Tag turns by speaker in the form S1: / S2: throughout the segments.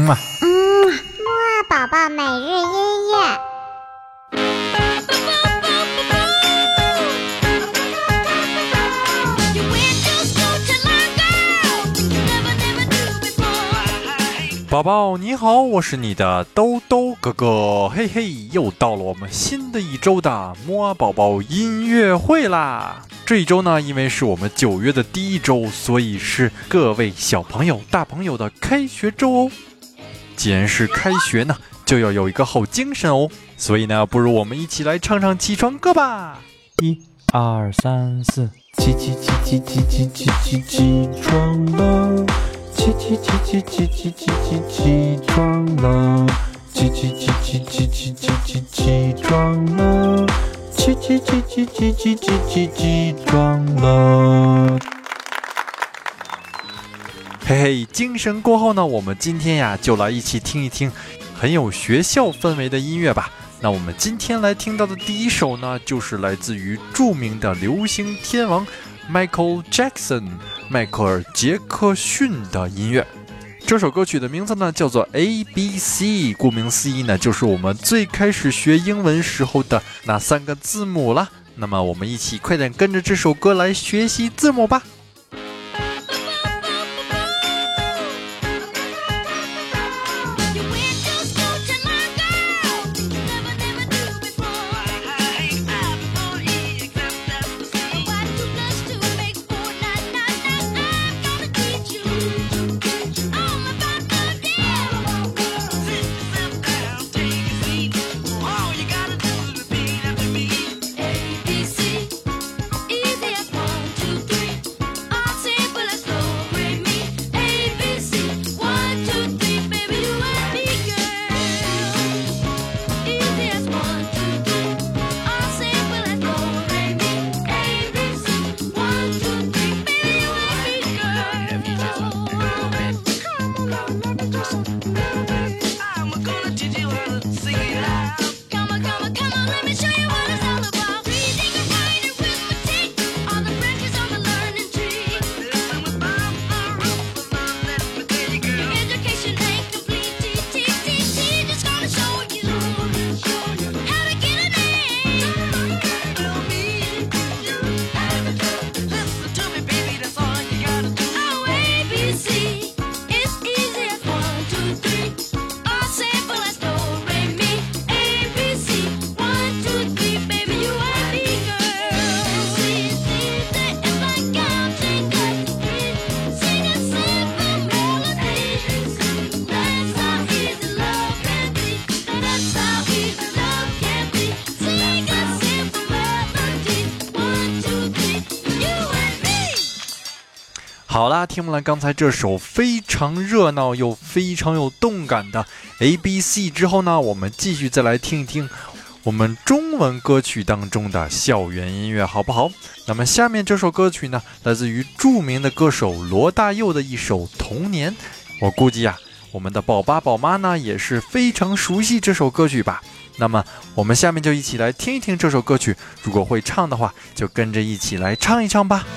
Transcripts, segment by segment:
S1: 木啊
S2: 宝宝每日音乐。
S1: 宝宝你好，我是你的兜兜哥哥，嘿嘿，又到了我们新的一周的摸宝宝音乐会啦。这一周呢，因为是我们9月的第一周，所以是各位小朋友大朋友的开学周哦。既然是开学呢，就要有一个好精神哦，所以呢，不如我们一起来唱唱起床歌吧。
S3: 1、2、3、4，起床了，起床了，起床了，起床了。
S1: 嘿嘿，精神过后呢，我们今天呀就来一起听一听很有学校氛围的音乐吧。那我们今天来听到的第一首呢，就是来自于著名的流行天王 Michael Jackson 迈克尔·杰克逊的音乐。这首歌曲的名字呢叫做 ABC， 顾名思义呢，就是我们最开始学英文时候的那3个字母了。那么我们一起快点跟着这首歌来学习字母吧。好啦，听完了刚才这首非常热闹又非常有动感的 ABC 之后呢，我们继续再来听一听我们中文歌曲当中的校园音乐，好不好？那么下面这首歌曲呢，来自于著名的歌手罗大佑的一首《童年》。我估计啊，我们的宝爸宝妈呢也是非常熟悉这首歌曲吧。那么我们下面就一起来听一听这首歌曲，如果会唱的话，就跟着一起来唱一唱吧。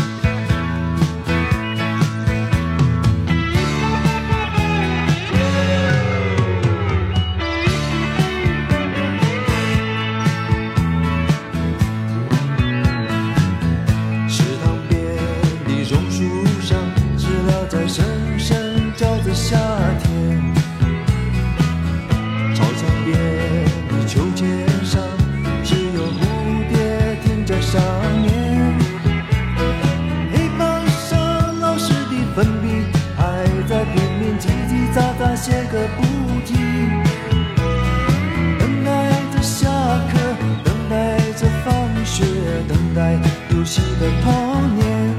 S4: 写个不停，等待着下课，等待着放学，等待游戏的童年。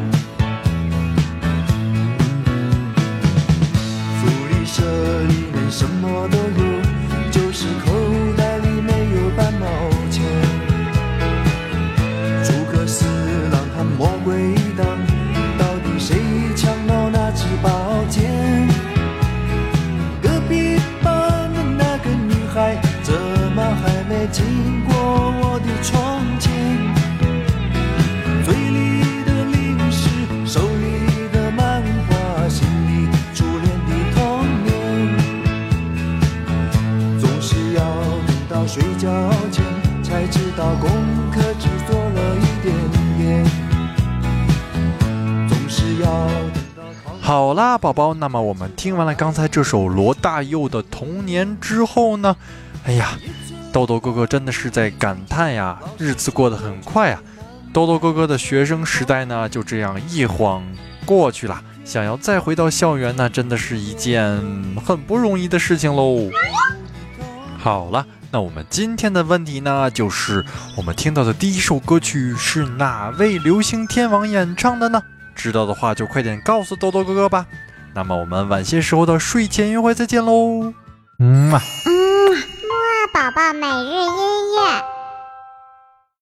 S4: 福利社里面什么都有，就是口袋里没有半毛钱。诸葛四郎和魔鬼党，到底谁抢到那支宝剑？怎么还没经过我的窗前？嘴里的零食，手里的漫画，心里初恋的童年。 睡觉前才知道功课只做了一点点，总是要等到
S1: 好啦，宝宝，那么我们听完了刚才这首罗大佑的《童年》之后呢，哎呀，豆豆哥哥真的是在感叹呀，日子过得很快啊。豆豆哥哥的学生时代呢，就这样一晃过去了，想要再回到校园呢，真的是一件很不容易的事情喽。好了，那我们今天的问题呢，就是我们听到的第一首歌曲是哪位流行天王演唱的呢？知道的话就快点告诉豆豆哥哥吧。那么我们晚些时候的睡前约会再见喽。
S2: 木啊宝宝每日音乐。